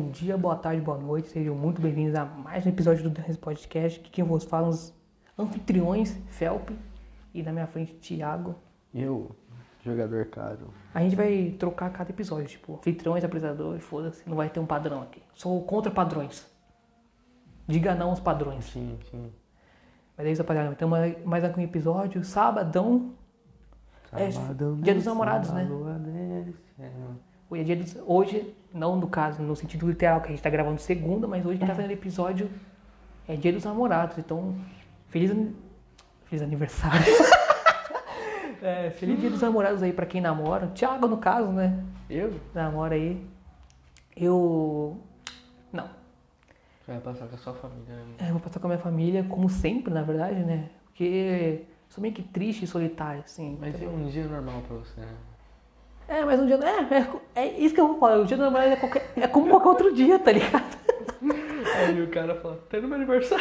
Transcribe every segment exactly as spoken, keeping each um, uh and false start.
bom dia, boa tarde, boa noite. Sejam muito bem-vindos a mais um episódio do Dance Podcast. Aqui quem vos fala os anfitriões, Felpe, e na minha frente, Thiago. Eu, jogador caro. A gente vai trocar cada episódio, tipo, anfitriões, apresentador, foda-se, não vai ter um padrão aqui. Sou contra padrões. Diga não aos padrões. Sim, sim. Mas é isso, rapaziada. Então, mais mais um episódio, sabadão. É, Sabadão dia dos desce, namorados, a né? lua desce. É, mano. Hoje é dia dos... Hoje, não no caso, no sentido literal, que a gente tá gravando segunda, mas hoje a gente tá fazendo episódio, é dia dos namorados. Então, feliz, an- feliz aniversário. É, feliz dia dos namorados aí pra quem namora. Thiago, no caso, né? Eu? Namora aí. Eu... Não. Vai passar com a sua família, né? É, eu vou passar com a minha família, como sempre, na verdade, né? Porque sou meio que triste e solitário, assim. Mas é um dia normal pra você, né? É, mas um dia... É, é, é isso que eu vou falar. O dia dos namorados é, qualquer, é como qualquer outro dia, tá ligado? Aí o cara fala, tá no meu aniversário.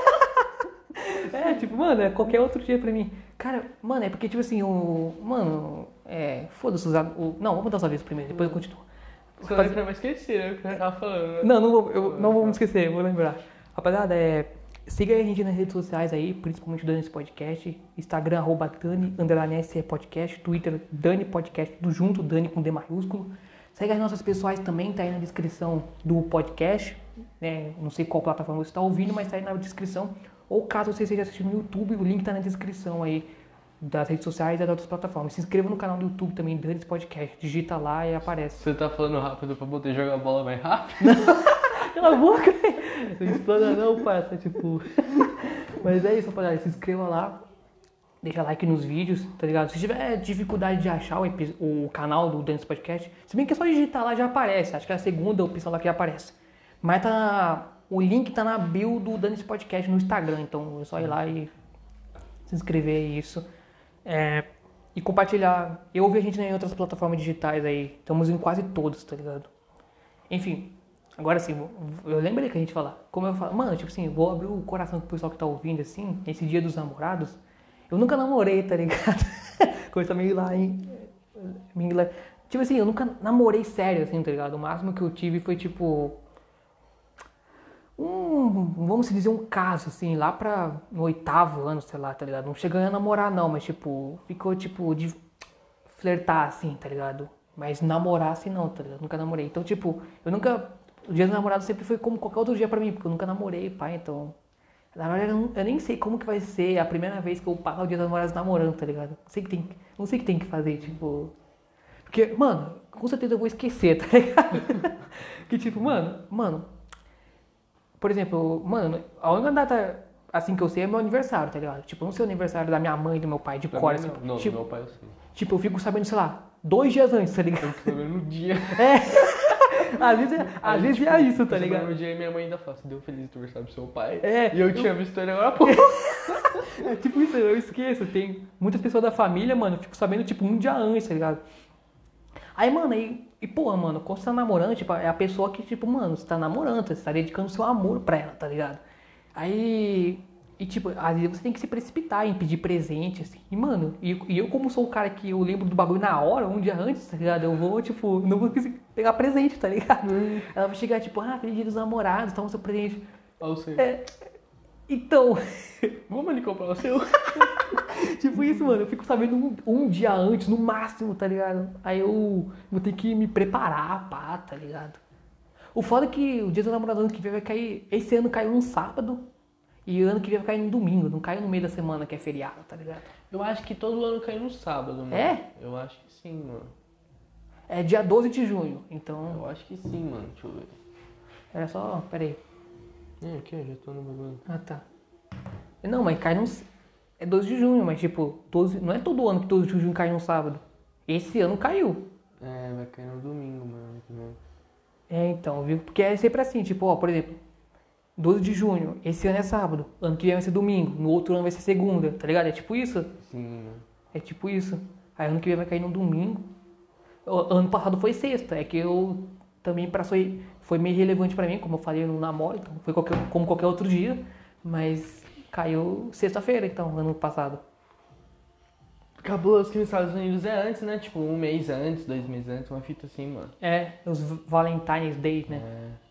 É, tipo, mano, é qualquer outro dia pra mim. Cara, mano, é porque, tipo assim, o... Mano, é... Foda-se os... am- o- Não, vamos dar sua vez primeiro, depois eu continuo. Você vai vai esquecer, né? O que eu tava falando. Não, não vou, eu não vou me esquecer, eu vou lembrar. Rapaziada, é... Siga a gente nas redes sociais aí, principalmente o Dani Podcast. Instagram, arroba Dani, underline S E Podcast. Twitter, Dani Podcast, tudo junto, Dani com D maiúsculo. Segue as nossas pessoais também, tá aí na descrição do podcast. Né? Não sei qual plataforma você está ouvindo, mas tá aí na descrição. Ou caso você esteja assistindo no YouTube, o link tá na descrição aí das redes sociais e das outras plataformas. Se inscreva no canal do YouTube também, Dani Podcast. Digita lá e aparece. Você tá falando rápido pra poder jogar a bola mais rápido? Cala a boca, não explana não, parça, tipo... Mas é isso, rapaziada, se inscreva lá, deixa like nos vídeos, tá ligado? Se tiver dificuldade de achar o, epi- o canal do Dance Podcast, se bem que é só digitar lá, já aparece, acho que é a segunda opção lá que já aparece. Mas tá na- o link tá na bio do Dance Podcast no Instagram, então é só ir lá e se inscrever e isso. É, e compartilhar. Eu ouvi a gente em outras plataformas digitais aí, estamos em quase todas, tá ligado? Enfim... Agora sim, eu lembrei que a gente falar. Como eu falo, mano, tipo assim, vou abrir o coração pro pessoal que tá ouvindo, assim, esse dia dos namorados. Eu nunca namorei, tá ligado? Coisa meio lá, hein? Meio lá. Tipo assim, eu nunca namorei sério, assim, tá ligado? O máximo que eu tive foi, tipo... Um, vamos dizer, um caso, assim, lá pra... No oitavo ano, sei lá, tá ligado? Não cheguei a namorar, não, mas, tipo... Ficou, tipo, de flertar, assim, tá ligado? Mas namorar, assim, não, tá ligado? Nunca namorei. Então, tipo, eu nunca... O dia dos namorados sempre foi como qualquer outro dia pra mim, porque eu nunca namorei, pai, então... Na verdade, eu, não- eu nem sei como que vai ser a primeira vez que eu passo o dia dos namorados namorando, tá ligado? Não sei que tem, não sei o que tem que fazer, tipo... Porque, mano, com certeza eu vou esquecer, tá ligado? Que tipo, mano, mano... Por exemplo, mano, a única data, assim, que eu sei é meu aniversário, tá ligado? Tipo, eu não sei o aniversário da minha mãe e do meu pai, de cor, assim. Não, Tipo, meu pai eu sei. tipo, eu fico sabendo, sei lá, dois dias antes, tá ligado? Eu tô sabendo no dia. Às vezes, é- às Aí, vezes tipo, é isso, tá eu ligado? sabendo no dia e minha mãe ainda fala, você deu feliz aniversário pro seu pai? É, E eu eu- tinha visto ele agora, pô. É tipo isso, eu esqueço. Tem muitas pessoas da família, mano, eu fico sabendo, tipo, um dia antes, tá ligado? Aí, mano, aí, e pô, mano, quando você tá namorando, tipo, é a pessoa que, tipo, mano, você tá namorando, você tá dedicando seu amor pra ela, tá ligado? Aí, e tipo, às vezes você tem que se precipitar em pedir presente, assim. E, mano, e, e eu como sou o cara que eu lembro do bagulho na hora, um dia antes, tá ligado? Eu vou, tipo, não vou conseguir pegar presente, tá ligado? Ela vai chegar, tipo, ah, feliz dia dos namorados, toma seu presente. Ah, eu sei. É, então... Vamos ali comprar o seu? Tipo isso, mano, eu fico sabendo um, um dia antes, no máximo, tá ligado? Aí eu vou ter que me preparar, pá, tá ligado? O foda é que o dia do namorado ano que vem vai cair... Esse ano caiu no sábado e o ano que vem vai cair no domingo, não caiu no meio da semana que é feriado, tá ligado? Eu acho que todo ano cai no sábado, mano. É? Eu acho que sim, mano. É dia doze de junho, então... Eu acho que sim, mano. Deixa eu ver. Era só... Pera aí. É, aqui, eu já tô no bagulho. Ah, tá. Não, mas cai no... É doze de junho, mas tipo... doze... Não é todo ano que doze de junho cai no sábado. Esse ano caiu. É, vai cair no domingo, mano. É, então, viu? Porque é sempre assim, tipo, ó, por exemplo, doze de junho, esse ano é sábado, ano que vem vai ser domingo, no outro ano vai ser segunda, tá ligado? É tipo isso? Sim, mano. É tipo isso. Aí ano que vem vai cair no domingo. O- Ano passado foi sexta, é que eu também pra foi, foi meio relevante pra mim, como eu falei no namoro, então foi qualquer, como qualquer outro dia, mas caiu sexta-feira, então, ano passado. Cabuloso que nos Estados Unidos é antes, né? Tipo, um mês antes, dois meses antes, uma fita assim, mano. É, os Valentine's Day, né? É.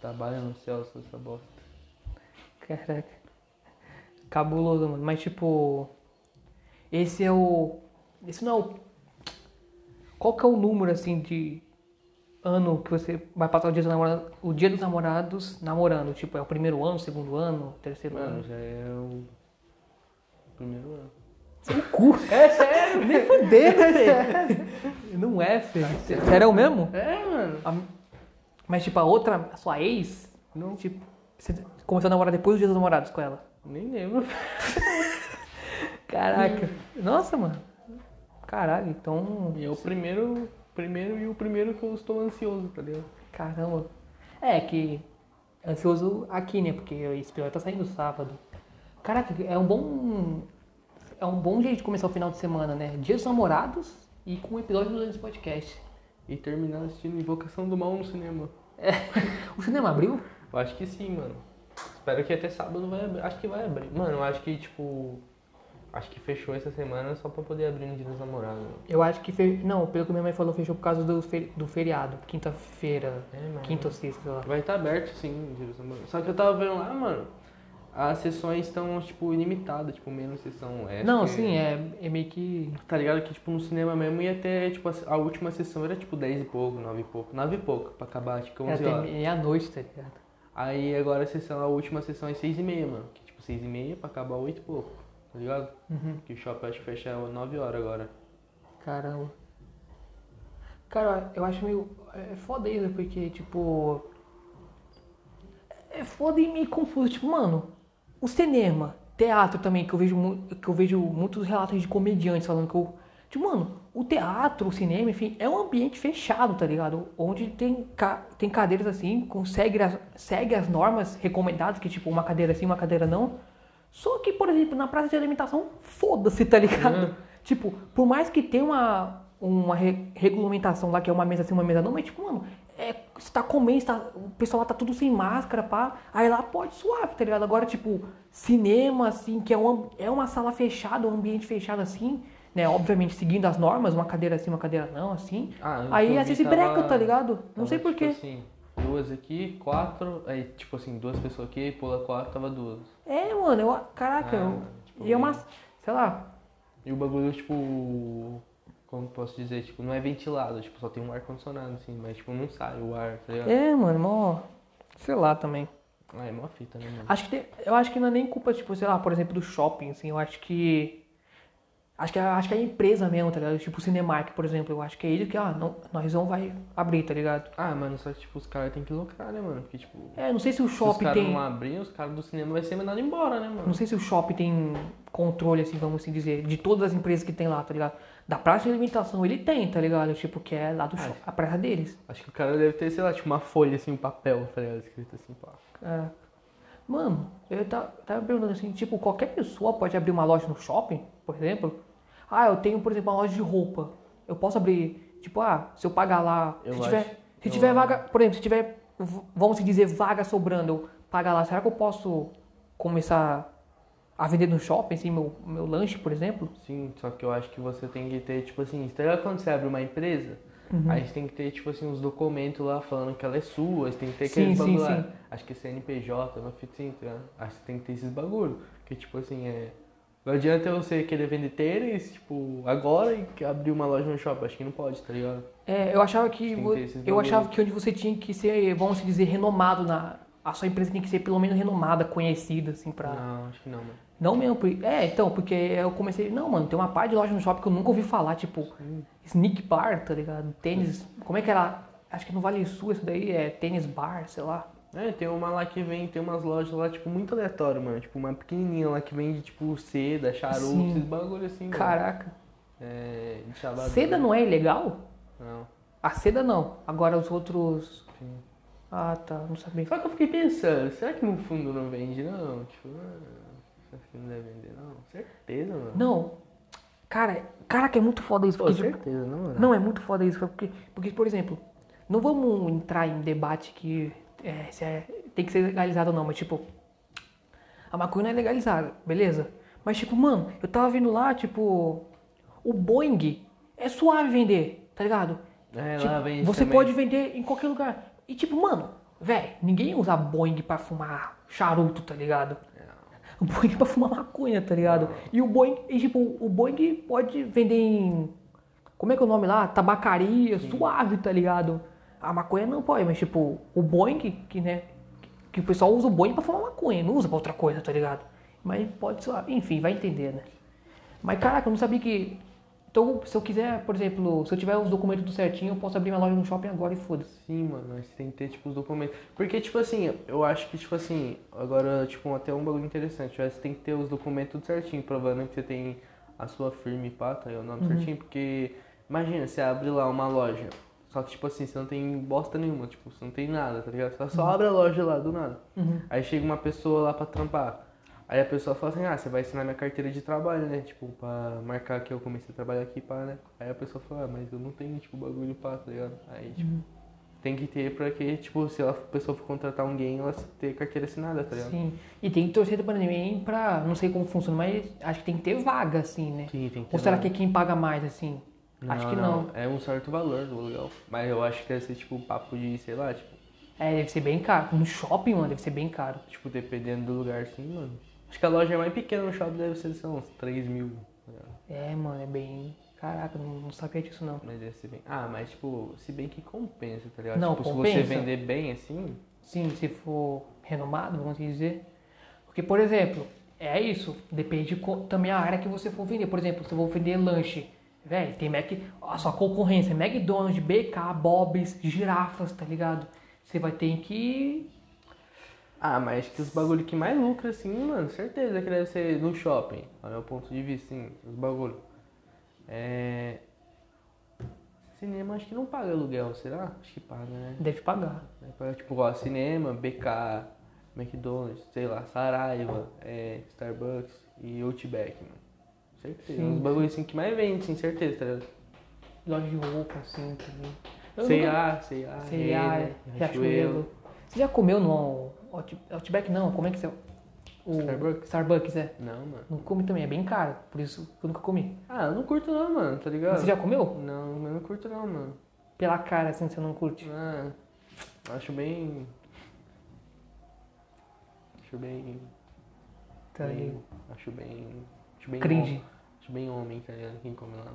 Trabalha no céu, essa bosta. Caraca. Cabuloso, mano. Mas, tipo... Esse é o... Esse não é o... Qual que é o número, assim, de ano que você vai passar o dia dos namorados, o dia dos namorados namorando? Tipo, é o primeiro ano, segundo ano, terceiro Mano, ano? já é o primeiro ano. Seu cu! É sério? Nem fudendo, velho. Não é, filho. Sério mesmo? É, mano. A- Mas, tipo, a outra, a sua ex, Não, tipo, você começou a namorar depois do dia dos namorados com ela? nem lembro. Caraca. Nossa, mano. Caralho, então... E é o primeiro, primeiro e o primeiro que eu estou ansioso, tá ligado? Caramba. É que ansioso aqui, né? Porque esse episódio tá saindo sábado. Caraca, é um bom. É um bom jeito de começar o final de semana, né? Dia dos namorados e com o episódio do podcast. E terminar assistindo Invocação do Mal no cinema. O cinema abriu? Eu acho que sim, mano. Espero que até sábado vai abrir. Acho que vai abrir. Mano, eu acho que, tipo... Acho que fechou essa semana só pra poder abrir no Dia dos Namorados. Eu acho que. Fe... Não, pelo que minha mãe falou, fechou por causa do, fe... do feriado. Quinta-feira. É, mano. Quinta ou sexta, sei lá. Vai estar aberto sim, no Dia dos Namorados. Só que eu tava vendo lá, mano... As sessões estão, tipo, ilimitadas. Tipo, menos sessão extra. Não, sim, é, é meio que. Tá ligado que, tipo, no cinema mesmo ia ter, tipo, a, a última sessão era, tipo, dez e pouco, nove e pouco. nove e pouco, pra acabar, tipo, Era onze até horas. meia-noite, tá ligado? Aí agora a sessão, a última sessão é seis e meia, mano. Que, tipo, seis e meia pra acabar oito e pouco, tá ligado? Uhum. Que o shopping acho que fecha nove horas agora. Caramba. Cara, eu acho meio. É foda isso, porque, tipo. É foda e meio confuso. Tipo, mano, o cinema, teatro também, que eu vejo, mu- que eu vejo muitos relatos de comediantes falando que eu. Tipo, mano, o teatro, o cinema, enfim, é um ambiente fechado, tá ligado? Onde tem, ca- tem cadeiras assim, consegue as, segue as normas recomendadas, que tipo, uma cadeira assim, uma cadeira não. Só que, por exemplo, na praça de alimentação, foda-se, tá ligado? Uhum. Tipo, por mais que tenha uma, uma re- regulamentação lá, que é uma mesa assim, uma mesa não, mas tipo, mano, é, você tá comendo, você tá- o pessoal lá tá tudo sem máscara, pá, aí lá pode suave, tá ligado? Agora, tipo, cinema, assim, que é uma, é uma sala fechada, um ambiente fechado assim, né? Obviamente seguindo as normas, uma cadeira assim, uma cadeira não, assim. Ah, o Aí que eu às vi vezes tava- breca, tá ligado? Não tava, sei tipo porquê. assim, duas aqui, quatro, aí tipo assim, duas pessoas aqui, pula quatro, tava duas. É, mano, eu, caraca, Ah, eu, tipo, e é uma, bem- sei lá, E o bagulho, tipo, como posso dizer, tipo, não é ventilado, tipo, só tem um ar-condicionado, assim, mas tipo, não sai o ar, tá ligado? é, mano, mó, sei lá também. Ah, é mó fita, né, mano? Acho que tem- eu acho que não é nem culpa, tipo, sei lá, por exemplo, do shopping, assim, eu acho que. Acho que, é- acho que é a empresa mesmo, tá ligado? Tipo o Cinemark, por exemplo, eu acho que é ele que, ah, não, nós não vai abrir, tá ligado? Ah, mano, só que tipo, os caras têm que lucrar, né, mano? Porque, tipo, É, não sei se o se os shopping caras tem. não abrirem, os caras do cinema vai ser mandado embora, né, mano? Não sei se o shopping tem controle, assim, vamos assim dizer, de todas as empresas que tem lá, tá ligado? Da praça de alimentação ele tem, tá ligado? Tipo, que é lá do shopping, a praça deles. Acho que o cara deve ter, sei lá, tipo, uma folha, assim, um papel, tá ligado? Escrito assim, pá. É. Mano, eu tava, tava me perguntando assim, tipo, qualquer pessoa pode abrir uma loja no shopping, por exemplo? Ah, eu tenho, por exemplo, uma loja de roupa. Eu posso abrir, tipo, ah, se eu pagar lá, Eu se acho- tiver, se eu tiver acho. vaga, por exemplo, se tiver, v- vamos dizer, vaga sobrando, eu pagar lá, será que eu posso começar a vender no shopping, assim, meu, meu lanche, por exemplo? Sim, só que eu acho que você tem que ter, tipo assim, tá ligado quando você abre uma empresa? Uhum. Aí você tem que ter, tipo assim, uns documentos lá falando que ela é sua, você tem que ter Sim, aqueles sim, bagulho lá. sim. Acho que é C N P J, uma fita assim, tá ligado? Acho que você tem que ter esses bagulho. Que, tipo assim, é... Não adianta você querer vender tênis, tipo, agora e que abrir uma loja no shopping. Acho que não pode, tá ligado? É, eu achava que, Tem que vo- ter esses eu bagulho. achava que onde você tinha que ser, vamos dizer, renomado na, a sua empresa tem que ser pelo menos renomada, conhecida, assim, pra... Não, acho que não, mano. Não mesmo, por- é, então, porque eu comecei, não, mano, tem uma parte de loja no shopping que eu nunca ouvi falar, tipo, sneak bar, tá ligado? Tênis, como é que era? Acho que no Vale Sul isso daí é tênis bar, sei lá. É, tem uma lá que vem, tem umas lojas lá, tipo, muito aleatório, mano. Tipo, uma pequenininha lá que vende, tipo, seda, charuto, Sim. esses bagulho assim, mano. Caraca. É, de chavador. Seda não é ilegal? Não, A seda não, agora os outros... sim. Ah, tá, não sabia. Só que eu fiquei pensando, será que no fundo não vende, não? Tipo, ah, será que não deve vender, não? Certeza, mano. Não, cara, caraca, é muito foda isso, Pô, porque, tipo, certeza, não, mano. não, é muito foda isso, porque, porque, por exemplo, não vamos entrar em debate que é, se é- tem que ser legalizado ou não, mas tipo, a maconha não é legalizada, beleza? Mas tipo, mano, eu tava vendo lá, tipo, o Boeing é suave vender, tá ligado? É, Tipo, lá vende você também. pode vender em qualquer lugar. E tipo, mano, Véi, ninguém usa Boeing pra fumar charuto, tá ligado? O Boeing é pra fumar maconha, tá ligado? E o Boeing, e, tipo, o Boeing pode vender em... Como é que é o nome lá? Tabacaria, Sim. suave, tá ligado? A maconha não pode, mas tipo, o Boeing, que, né? Que o pessoal usa o Boeing pra fumar maconha, não usa pra outra coisa, tá ligado? Mas pode ser, enfim, vai entender, né? Mas caraca, eu não sabia que... Então, se eu quiser, por exemplo, se eu tiver os documentos tudo certinho, eu posso abrir minha loja no shopping agora e foda-se. Sim, mano, mas tem que ter, tipo, os documentos. Porque, tipo assim, eu acho que, tipo assim, agora, tipo, até um bagulho interessante, você tem que ter os documentos tudo certinho, provando que você tem a sua firma e pá, tá aí o nome uhum. certinho, porque, imagina, você abre lá uma loja, só que, tipo assim, você não tem bosta nenhuma, tipo, você não tem nada, tá ligado? Você só uhum. abre a loja lá, do nada. Uhum. Aí chega uma pessoa lá pra trampar. Aí a pessoa fala assim, ah, você vai ensinar minha carteira de trabalho, né? Tipo, pra marcar que eu comecei a trabalhar aqui, pá, né? Aí a pessoa fala, ah, mas eu não tenho, tipo, bagulho pá, tá ligado? Aí, tipo, uhum. tem que ter pra que, tipo, se a pessoa for contratar alguém, ela ter carteira assinada, tá ligado? Sim, e tem que torcer pra ninguém pra, não sei como funciona, mas acho que tem que ter vaga, assim, né? Sim, tem que ter Ou será vaga. que é quem paga mais, assim? Não, acho que não. não. É um certo valor do aluguel. Mas eu acho que deve ser, tipo, papo de, sei lá, tipo... É, deve ser bem caro. No shopping, mano, deve ser bem caro. Tipo, dependendo do lugar, sim, mano. Acho que a loja mais pequena no shopping deve ser, são uns três mil. É, mano, é bem... Caraca, não, não sabia disso, não. Mas deve ser bem... Ah, mas, tipo, se bem que compensa, tá ligado? Não, tipo, compensa. se você vender bem, assim... Sim, se for renomado, vamos dizer. Porque, por exemplo, é isso. Depende de, também a área que você for vender. Por exemplo, se eu vou vender lanche... Velho, tem Mac... A sua concorrência, McDonald's, B K, Bob's, girafas, tá ligado? Você vai ter que... Ah, mas acho que os bagulho que mais lucra, assim, mano, certeza que deve ser no shopping. Ao meu ponto de vista, sim, os bagulho. É... Cinema acho que não paga aluguel, será? Acho que paga, né? Deve pagar. Deve pagar, tipo, ó, cinema, B K, McDonald's, sei lá, Saraiva, é, Starbucks e Outback, mano. Certeza. Sim, uns bagulho assim que mais vende, sim, certeza, tá ligado? Loja de roupa, assim, também. C e A, C e A, C e A, Riachuelo. Você já comeu no Outback? Não, como é que você... O Starbucks? Starbucks, é. Não, mano. Não come também, é bem caro, por isso eu nunca comi. Ah, eu não curto não, mano, tá ligado? Você já comeu? Não, eu não curto não, mano. Pela cara, assim, você não curte? Ah, acho bem... Acho bem... Tá bem... aí. Acho bem... Acho bem... Cringe. Homem, acho bem homem, tá ligado? Quem come lá.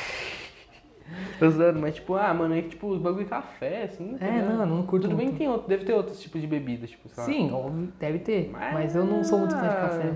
Tô usando, mas tipo, ah, mano, é que tipo, os bagulho de café, assim. Tá É, ligado? não, não curto Tudo bem muito. que tem outro, deve ter outros tipos de bebidas, tipo, sei lá. Sim, óbvio, deve ter. Mas, Mas eu não sou muito fã de café.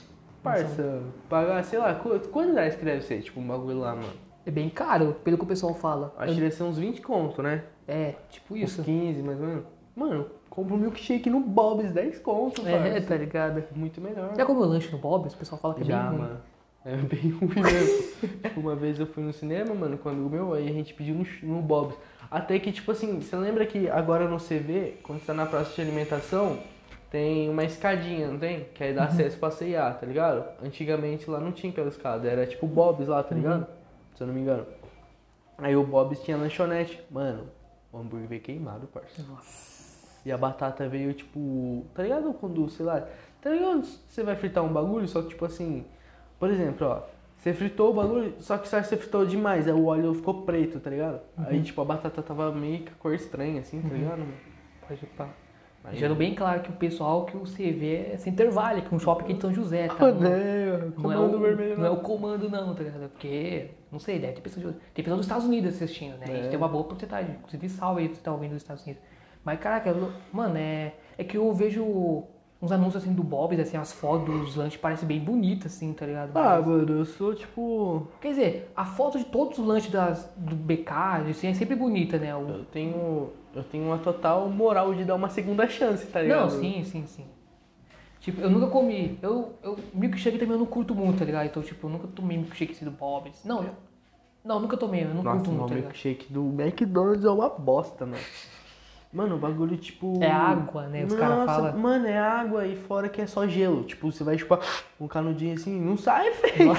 Parça, pagar, sei lá, qu- quantos reais que deve ser, tipo, um bagulho lá, mano? É bem caro, pelo que o pessoal fala. Acho que deve ser uns vinte conto, né? É, tipo isso. Uns quinze, mais ou menos. Mano, compra um milkshake no Bob's, dez conto, É, parça. tá ligado? Muito melhor. Já comeu lanche no Bob's? O pessoal fala que é Já, bem ruim. mano. É bem ruim mesmo. Tipo, uma vez eu fui no cinema, mano, quando o meu, aí a gente pediu no, no Bob's. Até que, tipo assim, você lembra que agora no C V, quando você tá na praça de alimentação, tem uma escadinha, não tem? Que aí dá acesso pra C e A, tá ligado? Antigamente lá não tinha aquela escada, era tipo o Bob's lá, tá ligado? Uhum. Se eu não me engano. Aí o Bob's tinha lanchonete. Mano, o hambúrguer veio queimado, parça. Nossa. E a batata veio, tipo... Tá ligado quando, sei lá... Tá ligado você vai fritar um bagulho, só que, tipo assim... Por exemplo, ó... Você fritou o bagulho, só que você fritou demais. Aí o óleo ficou preto, tá ligado? Uhum. Aí, tipo, a batata tava meio que cor estranha, assim, tá ligado? Uhum. Pode pá. Deixando bem claro que o pessoal que o C V é Center Valley, que é um shopping aqui de São José, tá? Ah, não, não, é comando o, vermelho, não é o comando não, tá ligado? Porque, não sei, deve ter pessoas, de, tem pessoas dos Estados Unidos assistindo, né? É. A gente tem uma boa porcentagem, inclusive salve aí pra você tá ouvindo dos Estados Unidos. Mas, caraca, eu, mano, é, é que eu vejo uns anúncios assim do Bob's, assim, as fotos dos lanches parecem bem bonitas, assim, tá ligado? Ah, Mas, mano, eu sou tipo... Quer dizer, a foto de todos os lanches das, do B K, assim, é sempre bonita, né? O, eu tenho... Eu tenho uma total moral de dar uma segunda chance, tá ligado? Não, sim, sim, sim. Tipo, eu nunca comi. Eu, eu milkshake também eu não curto muito, tá ligado? Então, tipo, eu nunca tomei milkshake assim do Bob's. Não, eu, não, nunca tomei, eu não Nossa, curto muito, o tá ligado? milkshake do McDonald's é uma bosta, mano. Mano, o bagulho, tipo... É água, né? Os caras falam. Mano, é água e fora que é só gelo. Tipo, você vai chupar um canudinho assim, não sai, feio.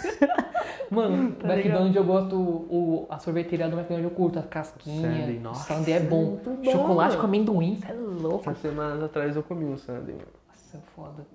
Mano, Tá o McDonald's eu gosto, o, a sorveteria do McDonald's eu curto, a casquinha. Sundae, nossa. Sundae é bom. Muito bom, Chocolate mano. com amendoim, isso é louco. Umas semanas atrás eu comi um sundae, mano. Nossa, foda.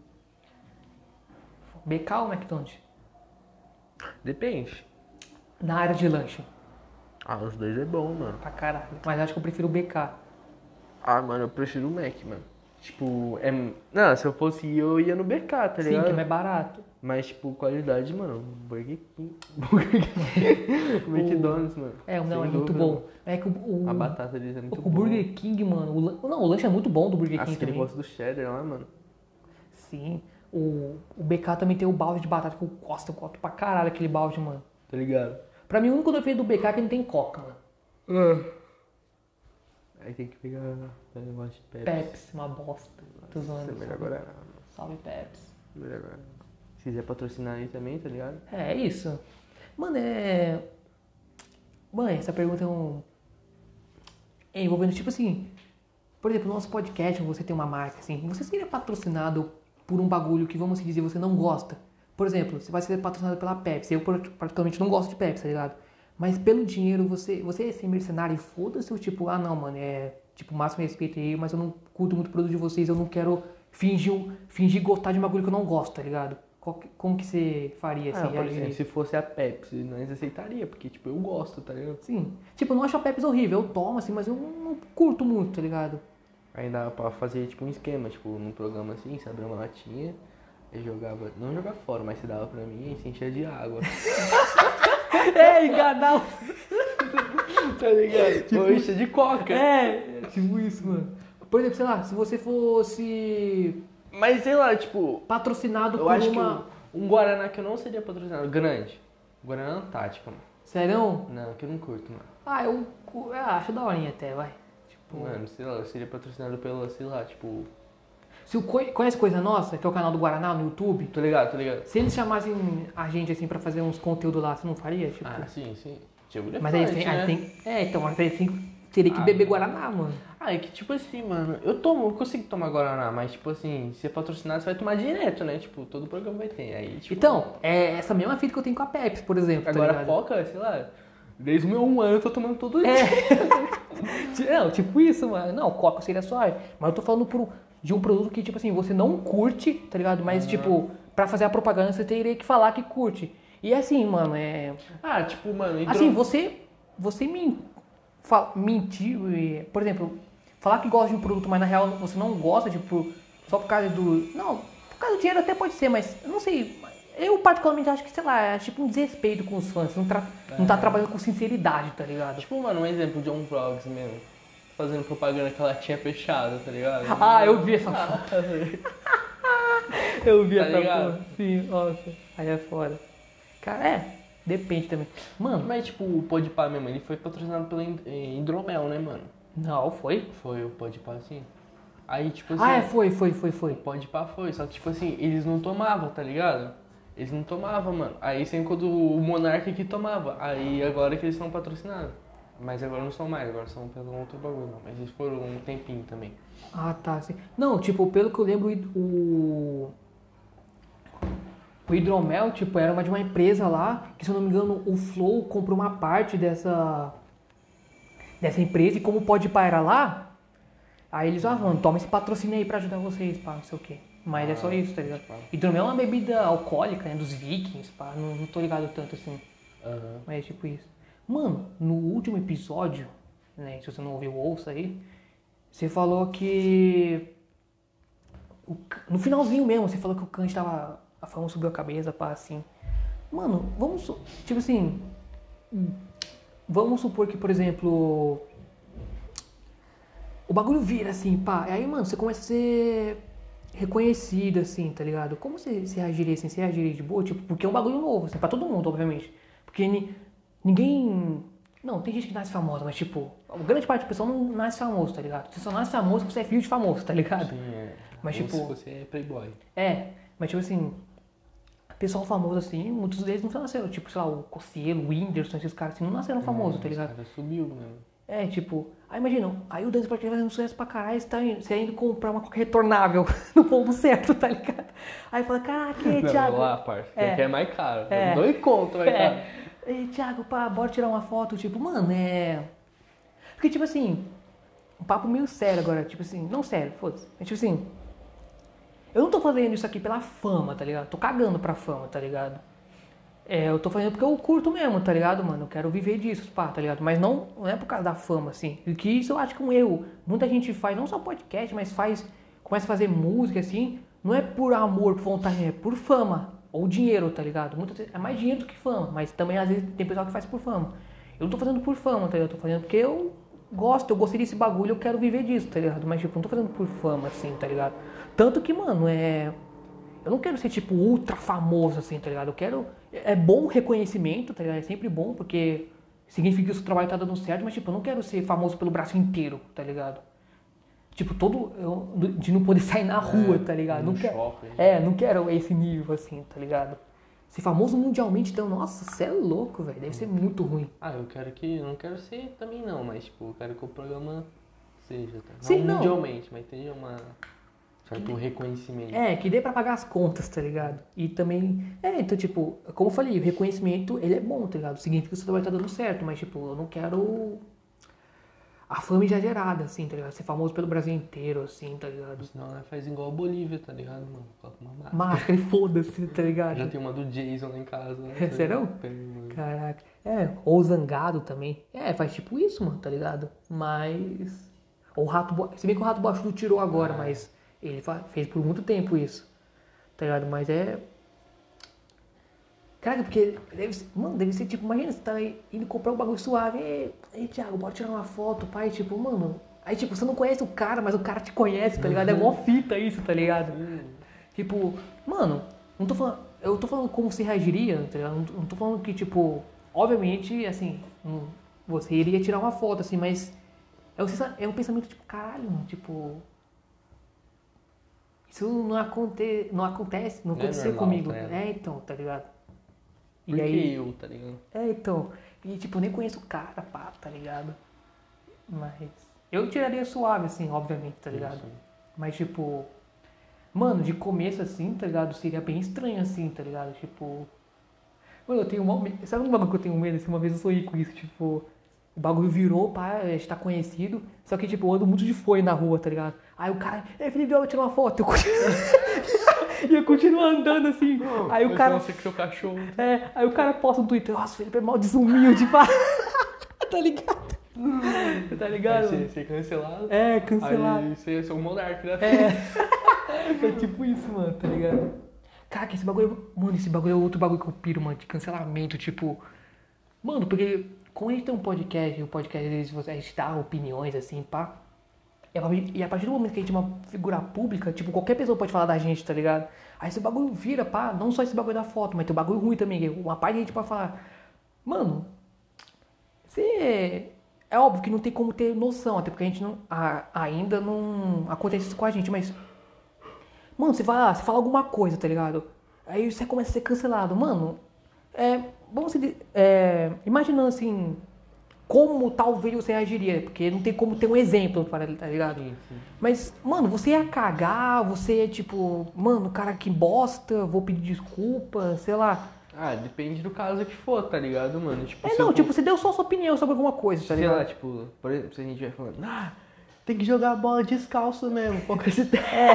B K ou McDonald's? Depende. Na área de lanche. Ah, os dois é bom, mano. Pra caralho. Mas acho que eu prefiro o B K. Ah, mano, eu prefiro o Mac, mano. Tipo, é... Não, se eu fosse ir, eu ia no B K, tá ligado? Sim, que é mais barato. Mas, tipo, qualidade, mano, Burger King. Burger King. McDonald's, mano. É, não, Sem é muito dúvida, bom. mano. É que o, o, A batata deles é muito o boa. Burger King, mano, o, lan- não, o lanche é muito bom do Burger King Aquele também. gosto do cheddar lá, mano. Sim. O, o B K também tem o balde de batata que eu gosto, eu gosto pra caralho aquele balde, mano. Tá ligado? Pra mim, o único defeito do B K é que não tem coca, mano. Aí tem que pegar um negócio de Pepsi. Pepsi, uma bosta. Tô zoando. Isso é melhor salve. agora. mano. Salve Pepsi. Melhor agora. Se quiser patrocinar aí também, tá ligado? É, é isso. Mano, é... Mano, essa pergunta é um... É envolvendo, tipo assim... Por exemplo, no nosso podcast, você tem uma marca, assim... Você seria patrocinado por um bagulho que, vamos dizer, você não gosta? Por exemplo, você vai ser patrocinado pela Pepsi. Eu, particularmente, não gosto de Pepsi, tá ligado? Mas pelo dinheiro, você, você é ser mercenário e foda-se, ou tipo... Ah, não, mano, é... Tipo, máximo respeito aí, mas eu não curto muito o produto de vocês. Eu não quero fingir, fingir gostar de um bagulho que eu não gosto, tá ligado? Qual que- como que você faria, assim? Ah, por reagiria? exemplo, se fosse a Pepsi, nós aceitaria, porque, tipo, eu gosto, tá ligado? Sim. Tipo, eu não acho a Pepsi horrível. Eu tomo, assim, mas eu não curto muito, tá ligado? Aí dava pra fazer, tipo, um esquema, tipo, num programa assim, você abria uma latinha, e jogava, não jogar fora, mas você dava pra mim e se enchia de água. É, enganar o... Tá ligado? Tipo, ou encher de coca. É, tipo isso, mano. Por exemplo, sei lá, se você fosse Mas sei lá, tipo, patrocinado eu por acho uma... que um, um Guaraná que eu não seria patrocinado, grande. Guaraná Antártica, mano. Sério? Não, que eu não curto, mano. Ah, eu, cu- eu acho daorinha até, vai. Tipo... Mano, sei lá, eu seria patrocinado pela, sei lá, tipo. Se o Coi- conhece Coisa Nossa, que é o canal do Guaraná no YouTube? Tô ligado, tô ligado. Se eles chamassem a gente, assim, pra fazer uns conteúdos lá, você não faria? Tipo... Ah, sim, sim. Tipo, ele é mas aí forte, tem, né? aí tem... É, então, mas aí tem... Teria que Ah, beber mano. Guaraná, mano. Ah, é que tipo assim, mano, eu tomo, eu consigo tomar Guaraná, mas tipo assim, se é patrocinado, você vai tomar direto, né? Tipo, todo programa vai ter. Aí, tipo. Então, é essa mesma fita que eu tenho com a Pepsi, por exemplo, tá Agora ligado? Coca, sei lá, desde o meu um ano eu tô tomando todo dia. É. Não, tipo isso, mano. Não, Coca seria suave. Mas eu tô falando por, de um produto que, tipo assim, você não curte, tá ligado? Mas, tipo, pra fazer a propaganda você teria que falar que curte. E assim, mano, é... Ah, tipo, mano, hidro... Assim, você, você me, fa- mentir, e, por exemplo, falar que gosta de um produto, mas na real você não gosta, tipo, só por causa do... Não, por causa do dinheiro até pode ser, mas eu não sei. Eu particularmente acho que, sei lá, é tipo um desrespeito com os fãs. Não, tra- não tá trabalhando com sinceridade, tá ligado? Tipo, mano, um exemplo de um vlogs mesmo. Fazendo propaganda que ela tinha fechado, tá ligado? Ah, eu vi essa foto. Eu vi Tá essa ligado? foto. Sim, nossa. Aí é foda. Cara, é, depende também. Mano, Mas tipo, o Podpah mesmo, ele foi patrocinado pela Hid- eh, Hidromel, né, mano? não, foi? Foi o Podpah, sim. Aí, tipo assim, Ah, é, foi, foi, foi, foi. o Podpah foi, só que tipo assim, eles não tomavam, tá ligado? Eles não tomavam, mano. Aí sempre quando o Monark que tomava. Aí agora que eles são patrocinados. Mas agora não são mais, agora são pelo outro bagulho, não. Mas eles foram um tempinho também. Ah, tá, sim. Não, tipo, pelo que eu lembro, o... hid- o... O Hidromel, tipo, era uma de uma empresa lá, que se eu não me engano, o Flow comprou uma parte dessa dessa empresa e como o Podpah era lá, aí eles, ah, mano, toma esse patrocínio aí pra ajudar vocês, pá, não sei o quê. Mas é só isso, tá ligado? Hidromel é uma bebida alcoólica, né, dos vikings, pá, não, não tô ligado tanto assim. Aham. Mas é tipo isso. Mano, no último episódio, né, se você não ouviu, ouça aí, você falou que... o K- no finalzinho mesmo, você falou que o Kant tava... A fama subiu a cabeça, pá, assim. Mano, vamos... su- Tipo assim... Vamos supor que, por exemplo... O bagulho vira, assim, pá. E aí, mano, você começa a ser reconhecido, assim, tá ligado? Como você, você reagiria, assim? Você reagiria de boa? Tipo, porque é um bagulho novo, assim, pra todo mundo, obviamente. Porque ni- ninguém... Não, tem gente que nasce famosa, mas, tipo... A grande parte do pessoal não nasce famoso, tá ligado? Você só nasce famoso porque você é filho de famoso, tá ligado? Sim, é. Mas, Ou tipo- se você é playboy. É, mas tipo assim, pessoal famoso assim, muitos deles não nasceram, tipo, sei lá, o Cossielo, o Whindersson, esses caras assim, não nasceram famosos, tá ligado? O cara subiu, né? É, tipo, aí imagina, aí o Dance Park fazendo sucesso pra caralho, você tá indo, você indo comprar uma coca retornável no ponto certo, tá ligado? Aí fala, caraca, e aí, Não, Thiago? lá, parça. É. Tem que é mais caro. É. Dois conto vai caro. É, ei, Thiago, pá, bora tirar uma foto, tipo, mano, é... Porque, tipo assim, um papo meio sério agora, tipo assim, não sério, foda-se, mas tipo assim... Eu não tô fazendo isso aqui pela fama, tá ligado? Tô cagando pra fama, tá ligado? É, eu tô fazendo porque eu curto mesmo, tá ligado, mano? Eu quero viver disso, pá, tá ligado? Mas não, não é por causa da fama, assim. E que isso eu acho que é um erro. Muita gente faz, não só podcast, mas faz, começa a fazer música, assim, não é por amor, por vontade, é por fama. Ou dinheiro, tá ligado? Muitas vezes é mais dinheiro do que fama, mas também às vezes tem pessoal que faz por fama. Eu não tô fazendo por fama, tá ligado? Eu tô fazendo porque eu gosto, eu gostei desse bagulho, eu quero viver disso, tá ligado? Mas, tipo, não tô fazendo por fama, assim, tá ligado? Tanto que, mano, é... Eu não quero ser, tipo, ultra famoso, assim, tá ligado? Eu quero... É bom o reconhecimento, tá ligado? É sempre bom, porque significa que o seu trabalho tá dando certo, mas, tipo, eu não quero ser famoso pelo Brasil inteiro, tá ligado? Tipo, todo... Eu, de não poder sair na rua, É, tá ligado? no Não quero, shopping. é, não quero esse nível, assim, tá ligado? Ser famoso mundialmente, então, nossa, você é louco, velho. Deve ser muito ruim. Ah, eu quero que... Eu não quero ser também não, mas, tipo, eu quero que o programa seja, tá? Não Sim, não. mundialmente, mas tenha uma... certo reconhecimento. É, que dê pra pagar as contas, tá ligado? E também... É, então, tipo, como eu falei, o reconhecimento, ele é bom, tá ligado? Significa que o seu trabalho tá dando certo, mas, tipo, eu não quero... A fama exagerada, assim, tá ligado? Ser famoso pelo Brasil inteiro, assim, tá ligado? Senão ela faz igual a Bolívia, tá ligado, mano? Coloca uma máscara. Máscara e foda-se, tá ligado? Já tem uma do Jason lá em casa. Né? É, serão? Caraca. É, ou Zangado também. É, faz tipo isso, mano, tá ligado? Mas... Ou o Rato... Bo... Se bem que o Rato Baixudo tirou agora, Ah. mas ele fa- fez por muito tempo isso, tá ligado? Mas é... Caraca, porque deve ser... Mano, deve ser tipo... Imagina você tá aí indo comprar um bagulho suave. Ei, ei, Thiago, bora tirar uma foto, pai. Tipo, mano... Aí, tipo, você não conhece o cara, mas o cara te conhece, tá ligado? É mó fita isso, tá ligado? Tipo, mano, não tô falando... Eu tô falando como você reagiria, tá ligado? Não tô- Não tô falando que, tipo... Obviamente, assim... hum, Você iria tirar uma foto, assim, mas... É um, sensa- é um pensamento, tipo, caralho, mano, tipo... Isso não, aconte, não acontece, não Não é aconteceu normal, comigo. tá ligado? É, então, tá ligado? Por que eu, tá ligado? É, então. E, tipo, eu nem conheço o cara, pá, tá ligado? Mas... Eu tiraria suave, assim, obviamente, tá ligado? Isso. Mas, tipo... Mano, de começo, assim, tá ligado? Seria bem estranho, assim, tá ligado? Tipo... Mano, eu tenho uma... Sabe um bagulho que eu tenho medo? Assim, uma vez eu sonhei com isso, tipo... O bagulho virou, pá, a gente tá conhecido. Só que, tipo, eu ando muito de foi na rua, tá ligado? Aí o cara... Ei, Felipe, eu tirar uma foto. Eu continuo... e eu continuo andando, assim. Aí o cara... Você que seu cachorro. É, aí o cara posta no Twitter, nossa, o Felipe é mal desumilde, pá. Tá ligado? Tá Aí ligado? você ser cancelado. É, cancelado. Aí você ia ser um monarca, né? É. É tipo isso, mano, tá ligado? Caraca, esse bagulho... Mano, esse bagulho é outro bagulho que eu piro, mano, de cancelamento, tipo... Mano, porque como a gente tem um podcast, o podcast, às vezes, você- a gente dá opiniões, assim, pá... E a, partir, e a partir do momento que a gente é uma figura pública, tipo, qualquer pessoa pode falar da gente, tá ligado? Aí esse bagulho vira, pá, não só esse bagulho da foto, mas tem o bagulho ruim também, que uma parte da gente pode falar... Mano, você... É óbvio que não tem como ter noção, até porque a gente não... a- ainda não acontece isso com a gente, mas... Mano, você vai lá, você fala alguma coisa, tá ligado? Aí você começa a ser cancelado. Mano, é... Vamos dizer... É, imaginando assim... Como talvez você reagiria, porque não tem como ter um exemplo, para, tá ligado? Sim, sim. Mas, mano, você ia cagar, você ia tipo... Mano, cara, que bosta, vou pedir desculpa, sei lá... Ah, depende do caso que for, tá ligado, mano? Tipo, É, se não, eu- tipo, você deu só a sua opinião sobre alguma coisa, tá sei ligado? lá, tipo, por exemplo, se a gente vai falando, ah, tem que jogar bola descalço mesmo, qual que é essa ideia?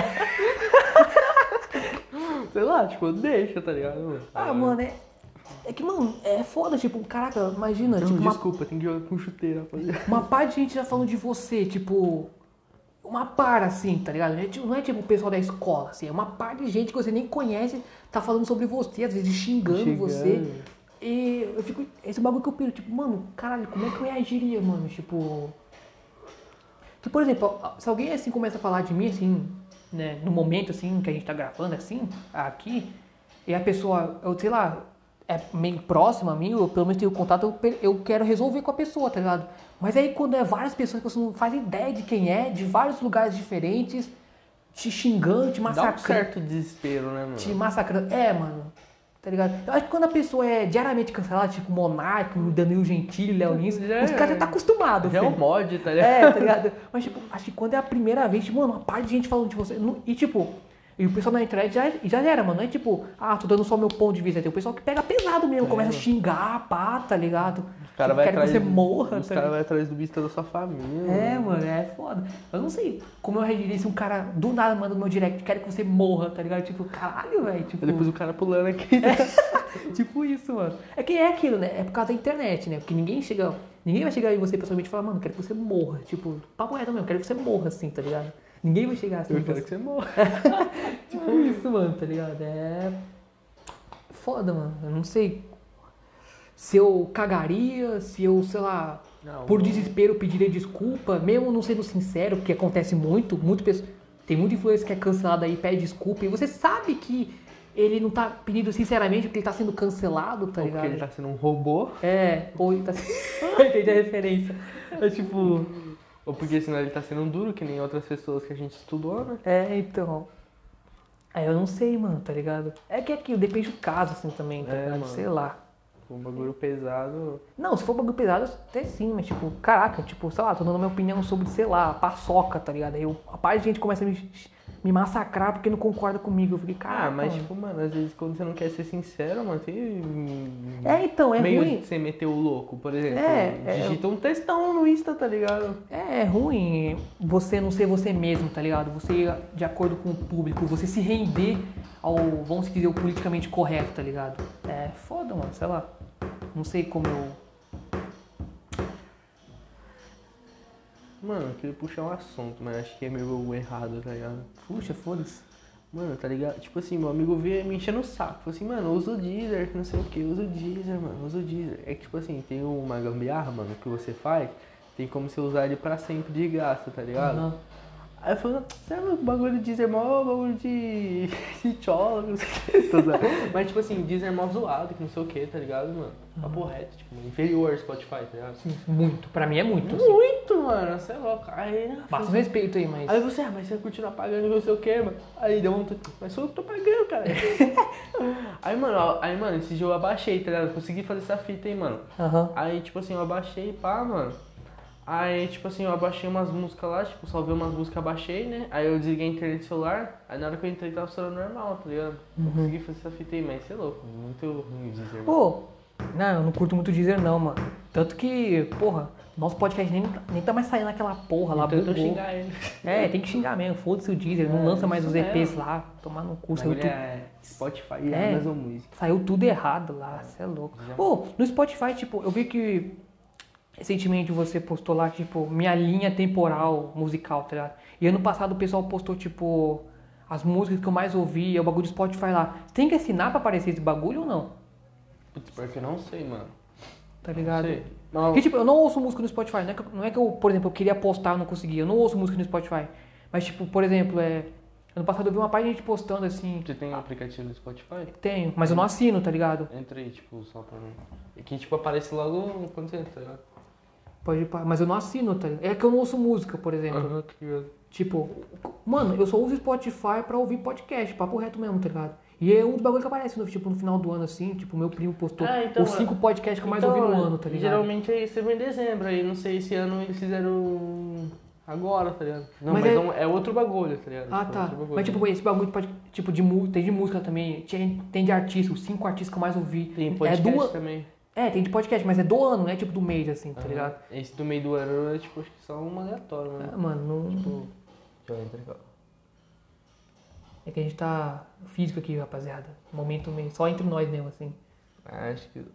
Sei lá, tipo, deixa, tá ligado, mano? Ah, mano, é... É que, mano, é foda, tipo, caraca, imagina, Não, tipo, uma, desculpa, tem que jogar com chuteira, rapaziada. uma parte de gente já falando de você, tipo... Uma par, assim, tá ligado? Não é, tipo, não é tipo o pessoal da escola, assim, é uma parte de gente que você nem conhece, tá falando sobre você, às vezes xingando, Xingando. você. E eu fico... Esse bagulho que eu piro, tipo, mano, caralho, como é que eu reagiria, mano? Tipo... Que, por exemplo, se alguém, assim, começa a falar de mim, assim, né, no momento, assim, que a gente tá gravando, assim, aqui, e a pessoa, eu sei lá, é meio próxima a mim, eu pelo menos tenho contato, eu, pe- eu quero resolver com a pessoa, tá ligado? Mas aí quando é várias pessoas que você não faz ideia de quem é, de vários lugares diferentes, te xingando, te Dá um massacrando. certo desespero, né, mano? Te massacrando. É, mano. Tá ligado? Eu acho que quando a pessoa é diariamente cancelada, tipo o Monark, o Danilo Gentili, Léo Lins, Já os é- caras já tá acostumado, Já é um filho. mod, tá ligado? É, tá ligado? Mas, tipo, acho que quando é a primeira vez, tipo, mano, uma parte de gente falando de você. não- E, tipo, e o pessoal na internet já, já era, mano. Não é tipo, ah, tô dando só meu ponto de vista. Tem o pessoal que pega pesado mesmo, É, começa a mano. xingar, pá, tá ligado? Os cara vai quero atrás, que você morra, os tá caras ligado? vão atrás do visto da sua família. É, mano, é foda. Eu não sei como eu reagiria se um cara do nada manda no meu direct, quero que você morra, tá ligado? Tipo, caralho, velho. Tipo, Depois o cara pulando aqui. tipo isso, mano. É que é aquilo, né? É por causa da internet, né? Porque ninguém chega. Ninguém vai chegar em você pessoalmente e falar, mano, quero que você morra. Tipo, papo reto mesmo, quero que você morra assim, tá ligado? Ninguém vai chegar assim. Eu em quero você. que você morra. Tipo isso, mano, tá ligado? É. Foda, mano. Eu não sei se eu cagaria, se eu, sei lá, Não, por não. desespero pediria desculpa, mesmo não sendo sincero, porque acontece muito, muito pessoa, tem muita influência que é cancelada aí, pede desculpa, e você sabe que ele não tá pedindo sinceramente porque ele tá sendo cancelado, tá Ou ligado? porque ele tá sendo um robô, É, ou ele tá entendi a referência. É tipo. ou porque senão ele tá sendo um duro, que nem outras pessoas que a gente estudou, né? É, então. Aí eu não sei, mano, tá ligado? É que aquilo depende do caso, assim, também, tá É, ligado? mano. Sei lá. Um bagulho pesado. Não, se for bagulho pesado, até sim, mas tipo, caraca, tipo, sei lá, tô dando minha opinião sobre, sei lá, paçoca, tá ligado? Aí eu, a parte de gente começa a me, me massacrar porque não concorda comigo. Eu fiquei, caraca. Ah, mas mano. tipo, mano, às vezes quando você não quer ser sincero, mano, tem. É, então, é meio ruim. de você meter o louco, por exemplo. É, é- digita um textão no Insta, tá ligado? É ruim você não ser você mesmo, tá ligado? Você ir de acordo com o público, você se render ao, vamos dizer, o politicamente correto, tá ligado? É foda, mano, sei lá. Não sei como eu. Mano, eu queria puxar um assunto, mas acho que é meio errado, tá ligado? Puxa, foda-se. Mano, tá ligado? Tipo assim, meu amigo veio me enchendo o saco. Falou assim, mano, usa o Deezer, que não sei o que, usa o Deezer, mano, usa o Deezer. É que tipo assim, tem uma gambiarra, mano, que você faz, tem como você usar ele pra sempre de graça, tá ligado? Aham. Aí eu falei, sabe o bagulho de Deezer mó bagulho de. de chola, não sei o que, tô zoando. Mas tipo assim, Deezer mó zoado, que não sei o que, tá ligado, mano? Papo reto, tipo, inferior ao Spotify, tá ligado? Sim, muito. Pra mim é muito. Assim. Muito, mano, você é louco. Aí. Passa um respeito aí, mas. Aí você, ah, mas você vai continuar pagando não sei o que, mano. Aí deu vontade, mas sou eu que tô pagando, cara. aí, mano, ó, aí, mano, esse jogo eu abaixei, tá ligado? Consegui fazer essa fita aí, mano. Aham. Aí, tipo assim, eu abaixei, pá, mano. Aí, tipo assim, eu abaixei umas músicas lá, tipo, salvei umas músicas, abaixei, né? Aí eu desliguei a internet do celular, aí na hora que eu entrei tava funcionando normal, tá ligado? Eu consegui fazer essa fita aí, mas você é louco, muito ruim de dizer, mano. Pô, não, eu não curto muito Deezer não, mano. Tanto que, porra, nosso podcast nem, nem tá mais saindo aquela porra lá, Então eu tô bugou. xingar ele. É, tem que xingar mesmo, foda-se o Deezer, não É, lança mais isso os E Ps mesmo. lá, tomar no cu, Mas saiu ele tudo, é Spotify e É. Amazon Music. saiu tudo errado lá, cê é louco. Já. Pô, no Spotify, tipo, eu vi que recentemente você postou lá, tipo, minha linha temporal musical, tá ligado? E ano passado o pessoal postou, tipo, as músicas que eu mais ouvi, é o bagulho do Spotify lá. Você tem que assinar pra aparecer esse bagulho ou não? Putz, porque eu não sei, mano. Tá ligado? Não sei. Não, Porque, tipo, eu não ouço música no Spotify. Não é, que, eu- não é que eu, por exemplo, eu queria postar e não conseguia. Eu não ouço música no Spotify. Mas, tipo, por exemplo, é... ano passado eu vi uma página de gente postando assim. você tem um aplicativo do Spotify? Tenho, mas eu não assino, tá ligado? Entra aí, tipo, só pra mim. E que, tipo, aparece logo quando você entra, tá ligado? Pode ir pra- Mas eu não assino, tá ligado? É que eu não ouço música, por exemplo. Aham, tá ligado. Tipo, mano, eu só uso Spotify pra ouvir podcast, papo reto mesmo, tá ligado? E é um dos bagulho que aparece, no, tipo, no final do ano, assim, tipo, meu primo postou Ah, então, os cinco podcasts que eu mais Então, ouvi no ano, tá ligado? Geralmente é sempre em dezembro aí, não sei, esse ano eles fizeram agora, tá ligado? Não, Mas mas, é- não- é... outro bagulho, tá ligado? Ah, Tipo, tá. outro bagulho. Mas, tipo, esse bagulho pode, tipo, de, mu- tem de música também, tem, tem de artista, os cinco artistas que eu mais ouvi. Tem é, podcast do, também. é, tem de podcast, mas é do ano, não é tipo do mês, assim, tá Aham. ligado? Esse do meio do ano é, tipo, acho que só um aleatório, né? Ah, mano, não... Tipo, deixa eu entrar aqui, ó. É que a gente tá físico aqui, rapaziada. Momento meio, só entre nós mesmo, assim. Acho que...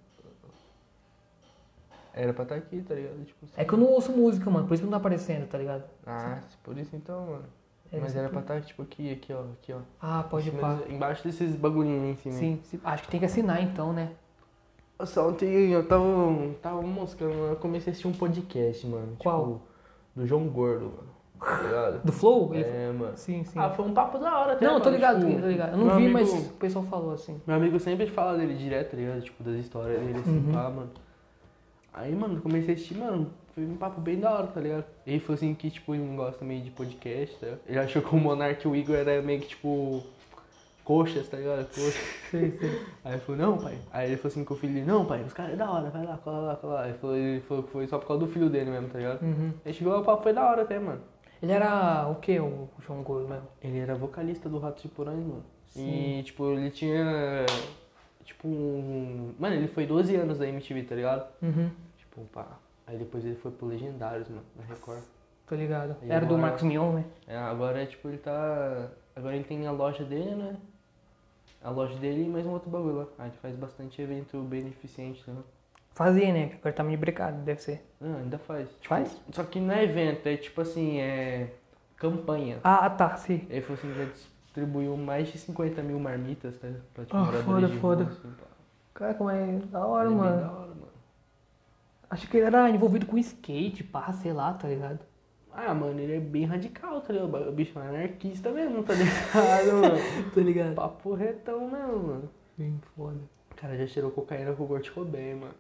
Era pra estar aqui, tá ligado? Tipo, assim. É que eu não ouço música, mano, por isso que não tá aparecendo, tá ligado? Ah, por isso então, mano. É, Mas isso era aqui. pra estar, tipo, aqui, aqui, ó. Aqui, ó. Ah, pode ir Mas pá. embaixo desses bagulhinhos aí em cima. Sim, sim, acho que tem que assinar então, né? Nossa, ontem eu tava, tava moscando, eu comecei a assistir um podcast, mano. Qual? Tipo, do João Gordo, mano. Tá ligado? Do Flow? Ele- É, mano. Sim, sim. Ah, foi um papo da hora até, não, eu tô mano, ligado, tipo, tô ligado. Eu não meu vi, amigo- mas o pessoal falou assim. Meu amigo sempre fala dele direto, tá ligado? Tipo, das histórias dele, assim, Uhum. pá, mano. Aí, mano, eu comecei a assistir, mano, foi um papo bem da hora, tá ligado? Ele falou assim que, tipo, ele não gosta meio de podcast, tá ligado? Ele achou que o Monark e o Igor era meio que, tipo, coxas, tá ligado? Coxas. Sim, sim. Aí ele falou, não, pai. Aí ele falou assim com o filho dele, não, pai, os caras é da hora, vai lá, cola lá, cola lá. Ele falou, ele falou que foi só por causa do filho dele mesmo, tá ligado? Uhum. Aí chegou lá, o papo foi da hora até, mano. Ele era o que, o João Gordo mesmo? Ele era vocalista do Ratos de Porões, mano. Sim. E, tipo, ele tinha, tipo, um... Mano, ele foi doze anos da M T V, tá ligado? Uhum. Tipo, pá. Aí depois ele foi pro Legendários, mano, na Record. Tô ligado. Aí Era do agora- Marcos Mion, né? É, agora, tipo, ele tá... Agora ele tem a loja dele, né? A loja dele e mais um outro bagulho lá. Aí ele faz bastante evento beneficente, né? Fazia, né? Que agora tá meio brecado, deve ser. Não, ainda faz. Tipo, Faz? Só que não é evento, é tipo assim, é campanha. Ah, tá, sim. Ele falou assim, já distribuiu mais de cinquenta mil marmitas, tá? Pra tipo, Ah, moradores foda, de foda. rua, assim, pá. Caraca, mas da hora, Ele é bem mano. da hora, mano. Acho que ele era envolvido com skate, pá, sei lá, tá ligado? Ah, mano, ele é bem radical, tá ligado? O bicho é anarquista mesmo, tá ligado, mano? Tá ligado? Papo retão mesmo, mano. Bem foda. O cara já cheirou cocaína com o Kurt Cobain, mano.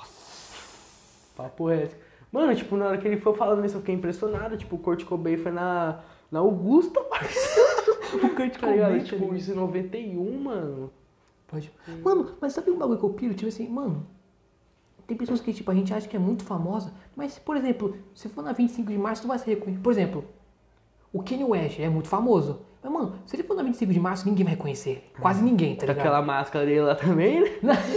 Papo reto. Mano, tipo, na hora que ele foi falando isso, eu fiquei impressionado. Tipo, o Kurt Cobain foi na, na Augusta, parceiro. O Kurt Tá ligado? Cobain, tá Tipo, ligado? isso em noventa e um, mano. Pode. Mano, mas sabe um bagulho que eu piro? Tipo assim, mano, tem pessoas que, tipo, a gente acha que é muito famosa, mas, por exemplo, se for na vinte e cinco de março, tu vai se reconhecer. Por exemplo, o Kanye West é muito famoso. Mas, mano, se ele for na vinte e cinco de março, ninguém vai reconhecer ele. Quase ninguém, tá Com ligado? aquela máscara dele lá também, né?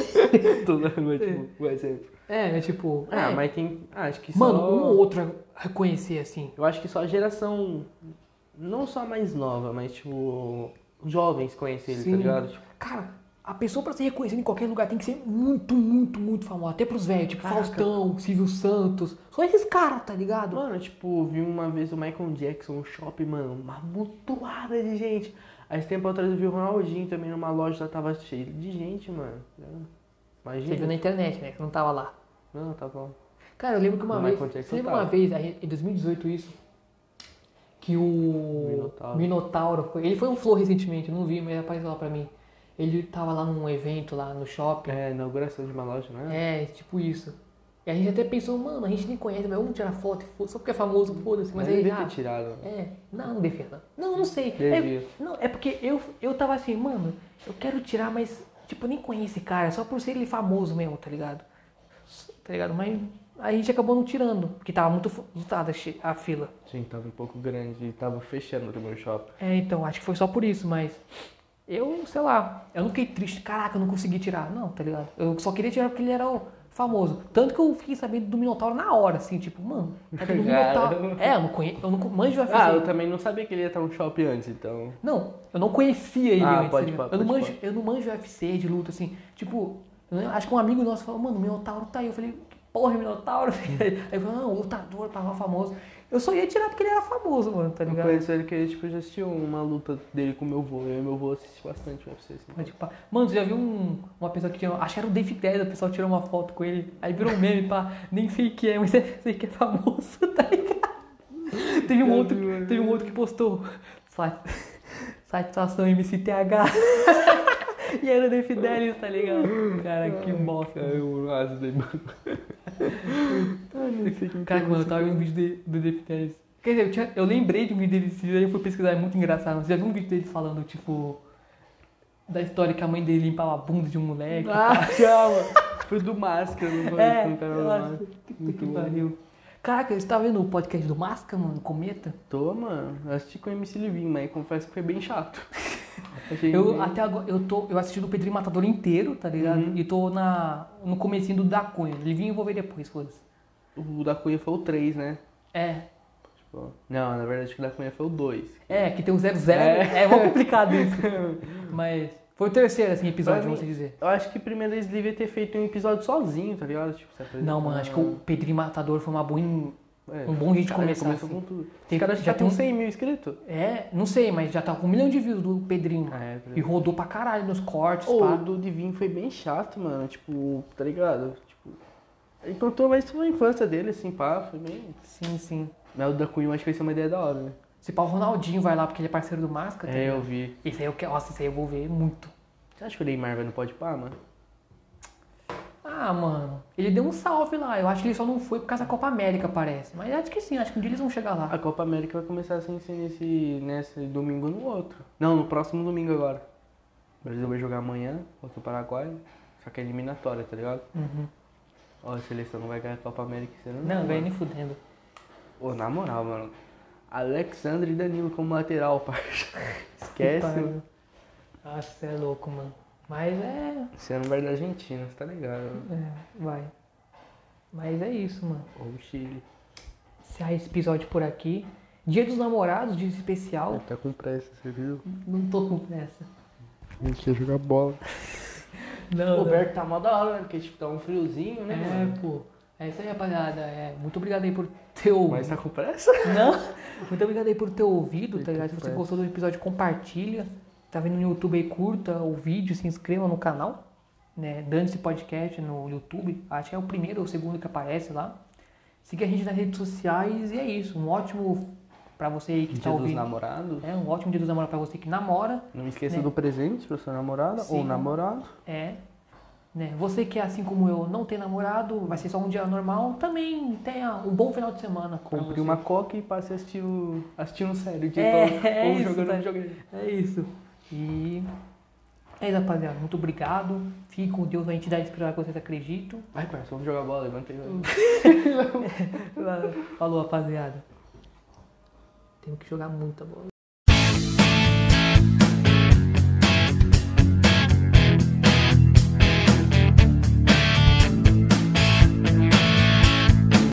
Tudo, mas, tipo, vai ser. É, é tipo... Ah, é. mas tem. Ah, acho que só. Mano, um ou outro vai reconhecer, assim. Eu acho que só a geração. Não só mais nova, mas tipo. Jovens conhecem ele, Sim. tá ligado? Tipo, Cara, a pessoa pra ser reconhecida em qualquer lugar tem que ser muito, muito, muito famosa. Até pros velhos, tipo Caraca. Faustão, Silvio Santos. Só esses caras, tá ligado? mano, tipo, vi uma vez o Michael Jackson no shopping, mano, uma mutuada de gente. Aí esse tempo atrás eu vi o Ronaldinho também numa loja, lá tava cheio de gente, mano. Imagina. Você viu na internet, né? Que não tava lá. Não, tá bom. Cara, eu lembro que uma O vez. Michael Jackson Você lembra tava. uma vez, aí, em dois mil e dezoito, isso? Que o Minotauro. Minotauro foi. Ele foi um flow recentemente, eu não vi, mas apareceu lá pra mim. Ele tava lá num evento lá no shopping. É, inauguração de uma loja, né? É, tipo isso. E a gente até pensou, mano, a gente nem conhece, mas vamos tirar foto, foda-se, só porque é famoso, foda-se. Mas Mas aí ele já. devia ter tirado. É, não, não devia não. Não, não sei. Devia. É, não, é porque eu, eu tava assim, mano, eu quero tirar, mas, tipo, eu nem conheço esse cara, só por ser ele famoso mesmo, tá ligado? Tá ligado? Mas a gente acabou não tirando, porque tava muito lotada a fila. Sim, tava um pouco grande e tava fechando o meu shopping. É, então, acho que foi só por isso, mas eu, sei lá, eu não fiquei triste, caraca, eu não consegui tirar. Não, tá ligado? Eu só queria tirar porque ele era o famoso. Tanto que eu fiquei sabendo do Minotauro na hora, assim, tipo, mano, tá tendo um Minotauro. É, eu não conheço, eu não manjo o U F C. Ah, eu também não sabia que ele ia estar no shopping antes, então. Não, eu não conhecia ele Ah, antes. pode tá ligado? pá, eu, não pode manjo, pá. eu não manjo U F C de luta, assim. Tipo, eu lembro- acho que um amigo nosso falou, mano, o Minotauro tá aí. Eu falei, que porra, é Minotauro? Aí ele falou, não, lutador, tava famoso. Eu só ia tirar porque ele era famoso, mano, tá Eu ligado? conheço ele que tipo, eu já assisti uma luta dele com meu avô. Eu e meu avô assisti bastante o U F C. Assim. Mas, tipo, mano, você já viu um- uma pessoa que tirou. Acho que era o Dave Dez, o pessoal tirou uma foto com ele. Aí virou um meme, pá. Nem sei que é, mas sei que é famoso, tá ligado? Teve um outro, teve um outro que postou. Sat- Satisfação M C T H. E era o Dave Dez, tá ligado? Cara, que bosta. Eu acho daí, mano. Cara, mano, eu tava vendo um vídeo de- do Dave Dez. Quer dizer, eu, tinha- eu lembrei de um vídeo dele, aí eu fui pesquisar, é muito engraçado. Você já viu um vídeo dele falando, tipo. Da história que a mãe dele limpava a bunda de um moleque? Ah, calma. Foi do Máscara, não foi? É, Foi no canal do nossa, Máscara. puta Muito que bom. pariu. Caraca, você tá vendo o podcast do Masca, mano? Cometa? Tô, mano. Eu assisti com o M C Livinho, mas confesso que foi bem chato. Achei Eu bem- até agora, eu tô, eu assisti do Pedrinho Matador inteiro, tá ligado? Uhum. E tô na, no comecinho do Da Cunha. Livinho eu vou ver depois, foda-se. O da Cunha foi o três, né? É, Tipo, não, na verdade acho que o da Cunha foi o dois. é, que tem o zero zero. É. É, mó complicado isso. Mas foi o terceiro, assim, episódio, Pra mim- vamos dizer. Eu acho que primeiro eles deviam ter feito um episódio sozinho, tá ligado? Tipo, se apresentando. Não, mano, acho que o Pedrinho Matador foi uma boa, in- É. um bom jeito de Cara, começar. começou assim. com tudo. Tem- Os caras já já tem tem um- cem mil inscritos. É, não sei, mas já tá com um milhão de views do Pedrinho. Ah, é, E rodou pra caralho nos cortes, Ô, pá. o do Divino foi bem chato, mano. Tipo, tá ligado? Tipo, ele contou mais sobre a infância dele, assim, pá. Foi bem. Sim, sim. Mas o da Cunha eu acho que vai ser uma ideia da hora, né? Se pá, o Ronaldinho vai lá porque ele é parceiro do Masca, tá É, ligado? eu vi. Esse aí eu quero. Nossa, esse aí eu vou ver muito. Você acha que o Neymar vai no Pode Pá, mano? Ah, mano, ele deu um salve lá. Eu acho que ele só não foi por causa da Copa América, parece. Mas acho que sim, acho que um dia eles vão chegar lá. A Copa América vai começar sem ser nesse, nesse domingo ou no outro. Não, no próximo domingo agora. O Brasil vai jogar amanhã contra o Paraguai. Só que é eliminatória, tá ligado? Uhum. Ó, a seleção não vai ganhar a Copa América esse ano. Não, ganha mano. nem fudendo. Ô, na moral, mano. Alexandre e Danilo como lateral, parça. Esquece. Pariu. Nossa, você é louco, mano. Mas é. Esse ano vai da Argentina, você tá ligado? É, vai. Mas é isso, mano. Ou o Chile. Encerrar esse episódio por aqui. Dia dos Namorados, dia especial. Tá com pressa, você viu? Não tô com pressa. A gente ia jogar bola. Não, O não. Berto tá mó da hora, né? Porque tipo, tá um friozinho, né, É, mano? pô. É isso aí, rapaziada. É, muito obrigado aí por ter ouvido. Mas tá com pressa? Não. Muito obrigado aí por ter ouvido, tá Muito ligado? Se você pressa. gostou do episódio, compartilha. Tá vendo no YouTube aí, curta o vídeo, se inscreva no canal. Né? Dane-se podcast no YouTube. Acho que é o primeiro ou o segundo que aparece lá. Siga a gente nas redes sociais e é isso. Um ótimo pra você aí que Dia tá dos ouvindo. namorados. É um ótimo dia dos namorados pra você que namora. Não esqueça Né? do presente pra sua namorada Sim. ou namorado. É. Né? Você que é assim como eu, não tem namorado, vai ser só um dia normal, também tenha um bom final de semana. pra Compre você. uma coca e passe a assistir, o... assistir um série de É, todo, é ou isso, jogando tá? videogame. É isso. E é isso, rapaziada. Muito obrigado. Fique com Deus, a entidade espiritual que vocês acreditam. Vai, parça, vamos jogar bola, levanta aí. Falou, rapaziada. Tenho que jogar muita bola.